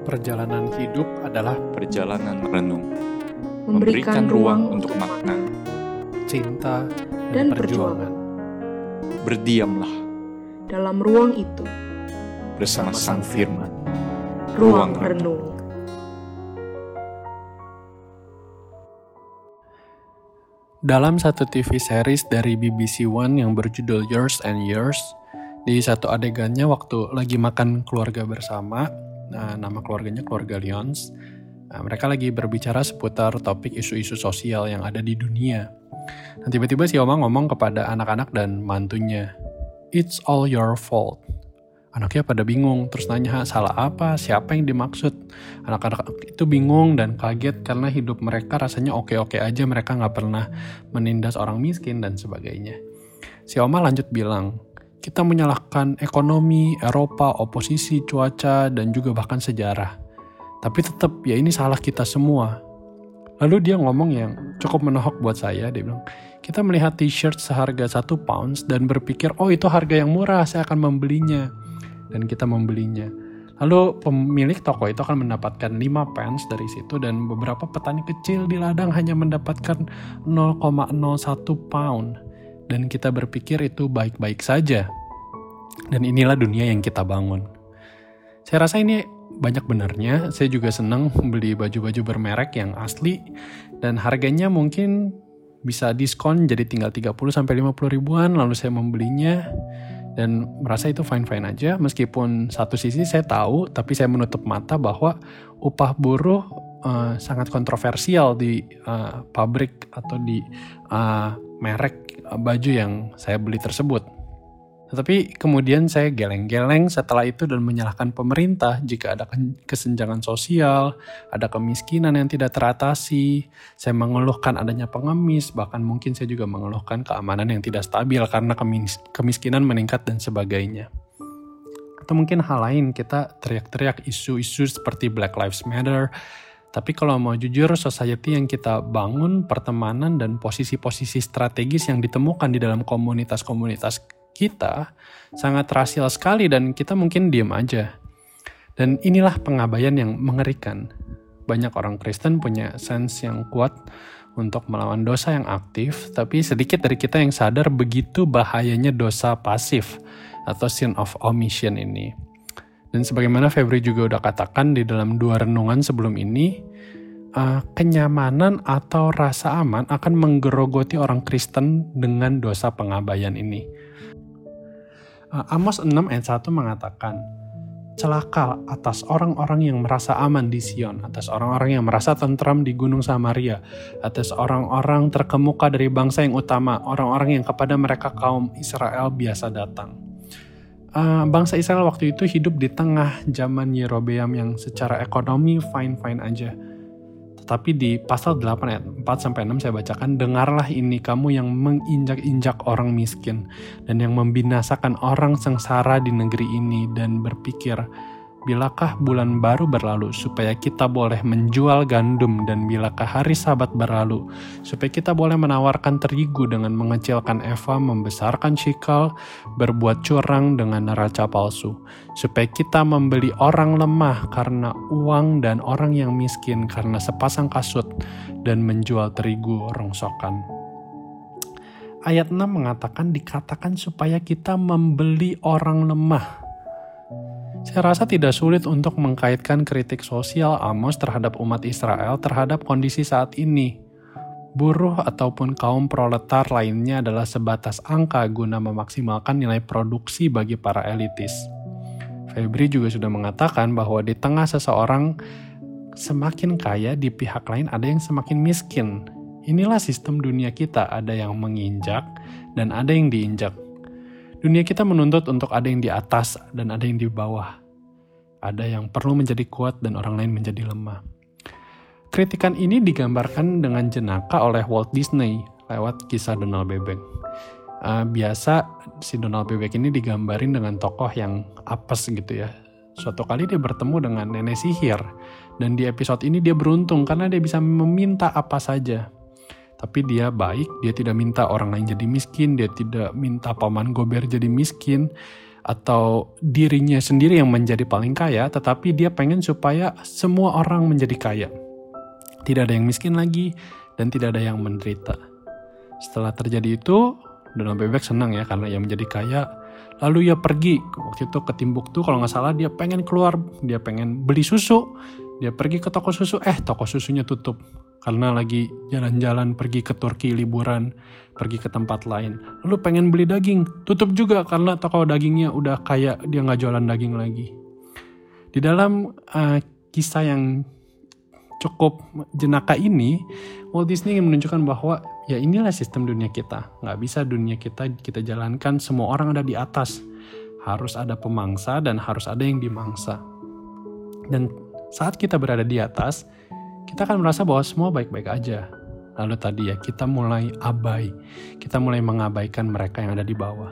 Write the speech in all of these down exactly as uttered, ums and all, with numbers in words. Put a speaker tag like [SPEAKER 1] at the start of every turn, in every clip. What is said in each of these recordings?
[SPEAKER 1] Perjalanan hidup adalah
[SPEAKER 2] perjalanan renung,
[SPEAKER 3] memberikan ruang untuk
[SPEAKER 2] makna.
[SPEAKER 1] cinta
[SPEAKER 3] Dan
[SPEAKER 1] dan perjuangan.
[SPEAKER 2] Berdiamlah
[SPEAKER 3] dalam ruang itu,
[SPEAKER 2] bersama Sang Firman.
[SPEAKER 3] ruang renung.
[SPEAKER 1] Dalam satu T V series dari B B C One yang berjudul Years and Years, di satu adegannya waktu lagi makan keluarga bersama, nah, nama keluarganya keluarga Lyons, nah, mereka lagi berbicara seputar topik isu-isu sosial yang ada di dunia. Dan tiba-tiba si Oma ngomong kepada anak-anak dan mantunya, "It's all your fault." Anaknya pada bingung, terus nanya, salah apa? Siapa yang dimaksud? Anak-anak itu bingung dan kaget karena hidup mereka rasanya oke-oke aja, mereka gak pernah menindas orang miskin dan sebagainya. Si Oma lanjut bilang, kita menyalahkan ekonomi, Eropa, oposisi, cuaca, dan juga bahkan sejarah. Tapi tetap ya ini salah kita semua. Lalu dia ngomong yang cukup menohok buat saya, dia bilang, kita melihat t-shirt seharga satu pounds dan berpikir, oh itu harga yang murah, saya akan membelinya. Dan kita membelinya. Lalu pemilik toko itu akan mendapatkan lima pence dari situ dan beberapa petani kecil di ladang hanya mendapatkan nol koma nol satu pound. Dan kita berpikir itu baik-baik saja. Dan inilah dunia yang kita bangun. Saya rasa ini banyak benarnya. Saya juga senang beli baju-baju bermerek yang asli dan harganya mungkin bisa diskon jadi tinggal tiga puluh sampai lima puluh ribuan, lalu saya membelinya dan merasa itu fine-fine aja. Meskipun satu sisi saya tahu, tapi saya menutup mata bahwa upah buruh uh, sangat kontroversial di uh, pabrik atau di uh, merek uh, baju yang saya beli tersebut. Tetapi kemudian saya geleng-geleng setelah itu dan menyalahkan pemerintah jika ada kesenjangan sosial, ada kemiskinan yang tidak teratasi. Saya mengeluhkan adanya pengemis, bahkan mungkin saya juga mengeluhkan keamanan yang tidak stabil karena kemis- kemiskinan meningkat dan sebagainya. Atau mungkin hal lain, kita teriak-teriak isu-isu seperti Black Lives Matter. Tapi kalau mau jujur, society yang kita bangun, pertemanan dan posisi-posisi strategis yang ditemukan di dalam komunitas-komunitas kita sangat rasial sekali dan kita mungkin diam aja. Dan inilah pengabaian yang mengerikan. Banyak orang Kristen punya sense yang kuat untuk melawan dosa yang aktif, tapi sedikit dari kita yang sadar begitu bahayanya dosa pasif atau sin of omission ini. Dan sebagaimana Febri juga udah katakan di dalam dua renungan sebelum ini, uh, kenyamanan atau rasa aman akan menggerogoti orang Kristen dengan dosa pengabaian ini. Amos enam ayat satu mengatakan, celaka atas orang-orang yang merasa aman di Sion, atas orang-orang yang merasa tentram di Gunung Samaria, atas orang-orang terkemuka dari bangsa yang utama, orang-orang yang kepada mereka kaum Israel biasa datang. Uh, bangsa Israel waktu itu hidup di tengah zaman Yerobeam yang secara ekonomi fine-fine aja. Tetapi di pasal delapan ayat empat sampai enam saya bacakan, dengarlah ini kamu yang menginjak-injak orang miskin dan yang membinasakan orang sengsara di negeri ini dan berpikir, bilakah bulan baru berlalu supaya kita boleh menjual gandum dan bilakah hari sabat berlalu supaya kita boleh menawarkan terigu dengan mengecilkan eva, membesarkan shikal, berbuat curang dengan neraca palsu, supaya kita membeli orang lemah karena uang dan orang yang miskin karena sepasang kasut dan menjual terigu rongsokan. Ayat enam mengatakan dikatakan supaya kita membeli orang lemah. Saya rasa tidak sulit untuk mengkaitkan kritik sosial Amos terhadap umat Israel terhadap kondisi saat ini. Buruh ataupun kaum proletar lainnya adalah sebatas angka guna memaksimalkan nilai produksi bagi para elitis. Febri juga sudah mengatakan bahwa di tengah seseorang semakin kaya, di pihak lain ada yang semakin miskin. Inilah sistem dunia kita, ada yang menginjak dan ada yang diinjak. Dunia kita menuntut untuk ada yang di atas dan ada yang di bawah. Ada yang perlu menjadi kuat dan orang lain menjadi lemah. Kritikan ini digambarkan dengan jenaka oleh Walt Disney lewat kisah Donald Bebek. Uh, biasa si Donald Bebek ini digambarin dengan tokoh yang apes gitu ya. Suatu kali dia bertemu dengan nenek sihir. Dan di episode ini dia beruntung karena dia bisa meminta apa saja. Tapi dia baik, dia tidak minta orang lain jadi miskin, dia tidak minta paman gober jadi miskin. atau dirinya sendiri yang menjadi paling kaya, tetapi dia pengen supaya semua orang menjadi kaya. Tidak ada yang miskin lagi dan tidak ada yang menderita. Setelah terjadi itu, Donald Bebek senang ya karena ia menjadi kaya. Lalu ia pergi, waktu itu ke Timbuktu kalau nggak salah, dia pengen keluar, dia pengen beli susu. Dia pergi ke toko susu, eh toko susunya tutup. Karena lagi jalan-jalan pergi ke Turki liburan, pergi ke tempat lain. Lalu pengen beli daging, tutup juga karena toko dagingnya udah kaya, dia nggak jualan daging lagi. Di dalam uh, kisah yang cukup jenaka ini, Walt Disney ingin menunjukkan bahwa ya inilah sistem dunia kita. Nggak bisa dunia kita kita jalankan semua orang ada di atas. Harus ada pemangsa dan harus ada yang dimangsa. Dan saat kita berada di atas, kita akan merasa bahwa semua baik-baik aja. Lalu tadi ya, kita mulai abai. Kita mulai mengabaikan mereka yang ada di bawah.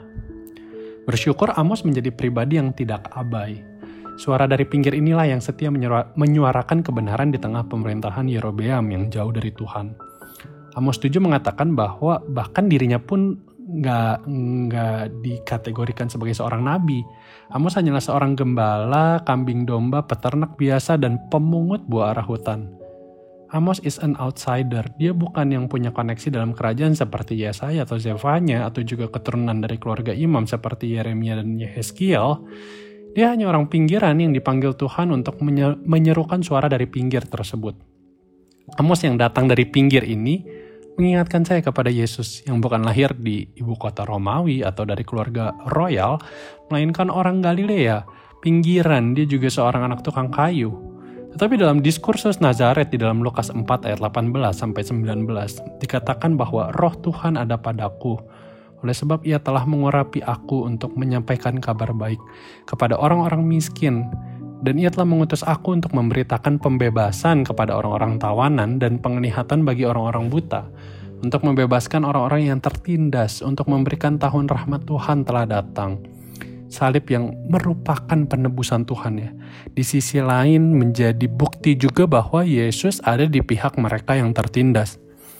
[SPEAKER 1] Bersyukur Amos menjadi pribadi yang tidak abai. Suara dari pinggir inilah yang setia menyuarakan kebenaran di tengah pemerintahan Yerobeam yang jauh dari Tuhan. Amos tujuh mengatakan bahwa bahkan dirinya pun nggak nggak dikategorikan sebagai seorang nabi. Amos hanyalah seorang gembala, kambing domba, peternak biasa, dan pemungut buah arah hutan. Amos is an outsider. Dia bukan yang punya koneksi dalam kerajaan seperti Yesaya atau Zefanya, atau juga keturunan dari keluarga imam seperti Yeremia dan Yehezkiel. Dia hanya orang pinggiran yang dipanggil Tuhan untuk menyerukan suara dari pinggir tersebut. Amos yang datang dari pinggir ini mengingatkan saya kepada Yesus yang bukan lahir di ibu kota Romawi atau dari keluarga royal, melainkan orang Galilea, pinggiran. Dia juga seorang anak tukang kayu. Tetapi dalam diskursus Nazaret di dalam Lukas empat ayat delapan belas sampai sembilan belas dikatakan bahwa roh Tuhan ada padaku, oleh sebab ia telah mengurapi aku untuk menyampaikan kabar baik kepada orang-orang miskin, dan ia telah mengutus aku untuk memberitakan pembebasan kepada orang-orang tawanan dan penglihatan bagi orang-orang buta, untuk membebaskan orang-orang yang tertindas, untuk memberikan tahun rahmat Tuhan telah datang. Salib yang merupakan penebusan Tuhan ya. Di sisi lain menjadi bukti juga bahwa Yesus ada di pihak mereka yang tertindas.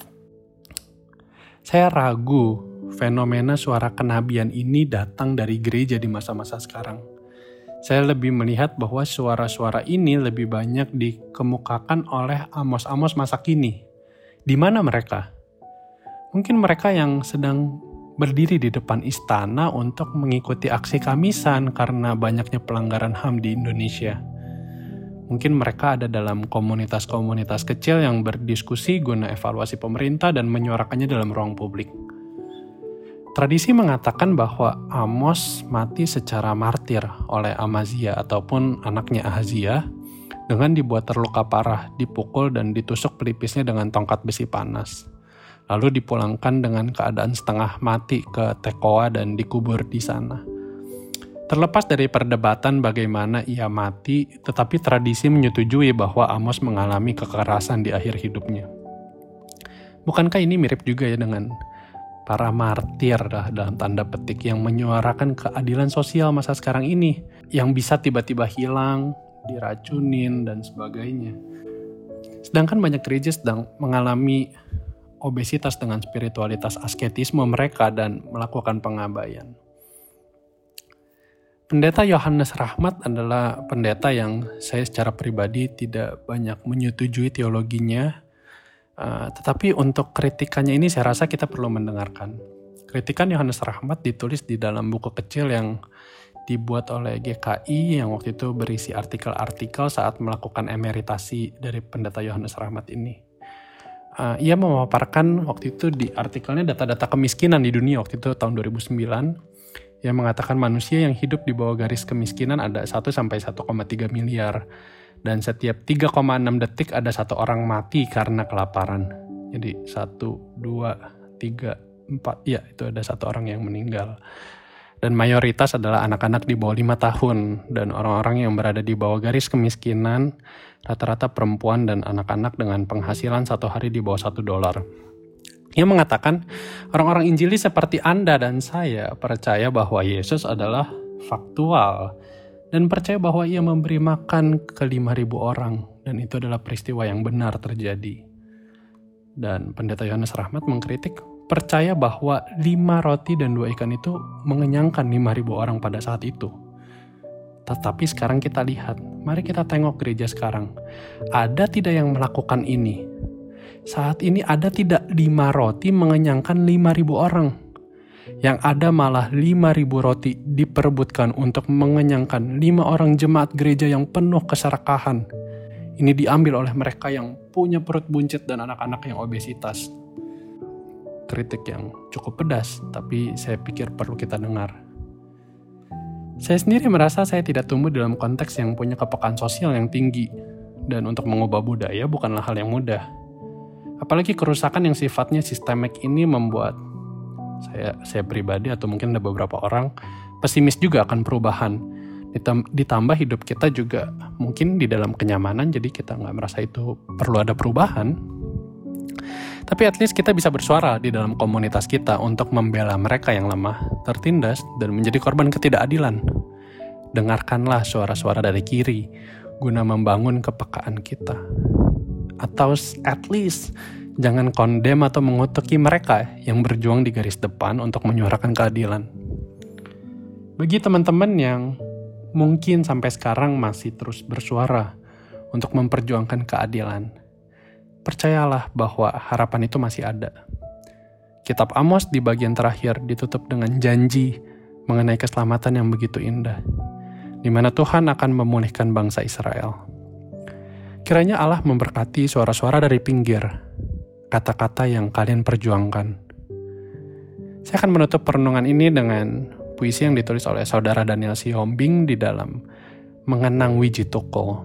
[SPEAKER 1] Saya ragu fenomena suara kenabian ini datang dari gereja di masa-masa sekarang. Saya lebih melihat bahwa suara-suara ini lebih banyak dikemukakan oleh Amos-Amos masa kini. Di mana mereka? Mungkin mereka yang sedang berdiri di depan istana untuk mengikuti aksi Kamisan karena banyaknya pelanggaran H A M di Indonesia. Mungkin mereka ada dalam komunitas-komunitas kecil yang berdiskusi guna evaluasi pemerintah dan menyuarakannya dalam ruang publik. Tradisi mengatakan bahwa Amos mati secara martir oleh Amazia ataupun anaknya Ahazia dengan dibuat terluka parah, dipukul dan ditusuk pelipisnya dengan tongkat besi panas. Lalu dipulangkan dengan keadaan setengah mati ke Tekoa dan dikubur di sana. Terlepas dari perdebatan bagaimana ia mati, tetapi tradisi menyetujui bahwa Amos mengalami kekerasan di akhir hidupnya. Bukankah ini mirip juga ya dengan para martir lah, dalam tanda petik, yang menyuarakan keadilan sosial masa sekarang ini, yang bisa tiba-tiba hilang, diracunin, dan sebagainya. Sedangkan banyak gereja sedang mengalami obesitas dengan spiritualitas asketisme mereka dan melakukan pengabaian. Pendeta Yohanes Rahmat adalah pendeta yang saya secara pribadi tidak banyak menyetujui teologinya, uh, tetapi untuk kritikannya ini saya rasa kita perlu mendengarkan. Kritikan Yohanes Rahmat ditulis di dalam buku kecil yang dibuat oleh G K I yang waktu itu berisi artikel-artikel saat melakukan emeritasi dari pendeta Yohanes Rahmat ini. Uh, ia memaparkan waktu itu di artikelnya data-data kemiskinan di dunia waktu itu tahun dua ribu sembilan. Ia mengatakan manusia yang hidup di bawah garis kemiskinan ada satu sampai satu koma tiga miliar. Dan setiap tiga koma enam detik ada satu orang mati karena kelaparan. Jadi satu, dua, tiga, empat, ya itu ada satu orang yang meninggal. Dan mayoritas adalah anak-anak di bawah lima tahun. Dan orang-orang yang berada di bawah garis kemiskinan rata-rata perempuan dan anak-anak dengan penghasilan satu hari di bawah satu dolar. Ia mengatakan, orang-orang Injili seperti Anda dan saya percaya bahwa Yesus adalah faktual dan percaya bahwa ia memberi makan ke lima ribu orang dan itu adalah peristiwa yang benar terjadi. Dan pendeta Yohanes Rahmat mengkritik, percaya bahwa lima roti dan dua ikan itu mengenyangkan lima ribu orang pada saat itu. Tetapi sekarang kita lihat, mari kita tengok gereja sekarang. Ada tidak yang melakukan ini? Saat ini ada tidak lima roti mengenyangkan lima ribu orang? Yang ada malah lima ribu roti diperebutkan untuk mengenyangkan lima orang jemaat gereja yang penuh keserakahan. Ini diambil oleh mereka yang punya perut buncit dan anak-anak yang obesitas. Kritik yang cukup pedas, tapi saya pikir perlu kita dengar. Saya sendiri merasa saya tidak tumbuh dalam konteks yang punya kepekaan sosial yang tinggi, dan untuk mengubah budaya bukanlah hal yang mudah. Apalagi kerusakan yang sifatnya sistemik ini membuat saya, saya pribadi atau mungkin ada beberapa orang pesimis juga akan perubahan. Ditambah hidup kita juga mungkin di dalam kenyamanan, jadi kita nggak merasa itu perlu ada perubahan. Tapi at least kita bisa bersuara di dalam komunitas kita untuk membela mereka yang lemah, tertindas, dan menjadi korban ketidakadilan. Dengarkanlah suara-suara dari kiri, guna membangun kepekaan kita. Atau at least, jangan kondem atau mengutuki mereka yang berjuang di garis depan untuk menyuarakan keadilan. Bagi teman-teman yang mungkin sampai sekarang masih terus bersuara untuk memperjuangkan keadilan, percayalah bahwa harapan itu masih ada. Kitab Amos di bagian terakhir ditutup dengan janji mengenai keselamatan yang begitu indah, di mana Tuhan akan memulihkan bangsa Israel. Kiranya Allah memberkati suara-suara dari pinggir, kata-kata yang kalian perjuangkan. Saya akan menutup perenungan ini dengan puisi yang ditulis oleh saudara Daniel Sihombing di dalam Mengenang Wiji Tukul.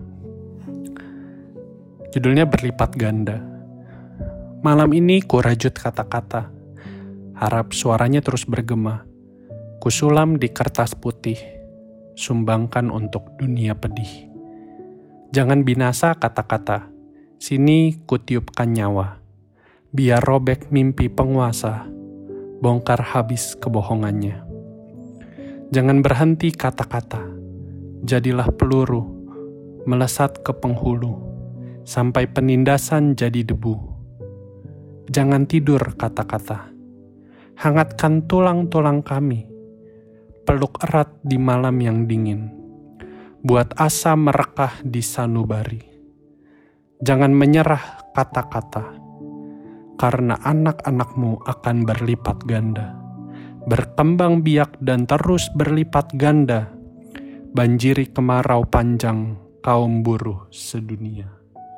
[SPEAKER 1] Judulnya Berlipat Ganda. Malam ini ku rajut kata-kata, harap suaranya terus bergema. Kusulam di kertas putih, sumbangkan untuk dunia pedih. Jangan binasa kata-kata, sini kutiupkan nyawa. Biar robek mimpi penguasa, bongkar habis kebohongannya. Jangan berhenti kata-kata, jadilah peluru, melesat ke penghulu, sampai penindasan jadi debu. Jangan tidur kata-kata, hangatkan tulang-tulang kami, peluk erat di malam yang dingin, buat asa merekah di sanubari. Jangan menyerah kata-kata, karena anak-anakmu akan berlipat ganda, berkembang biak dan terus berlipat ganda, banjiri kemarau panjang kaum buruh sedunia.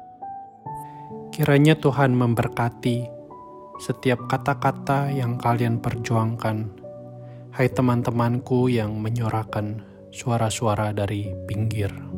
[SPEAKER 1] Kiranya Tuhan memberkati setiap kata-kata yang kalian perjuangkan, hai teman-temanku yang menyuarakan suara-suara dari pinggir.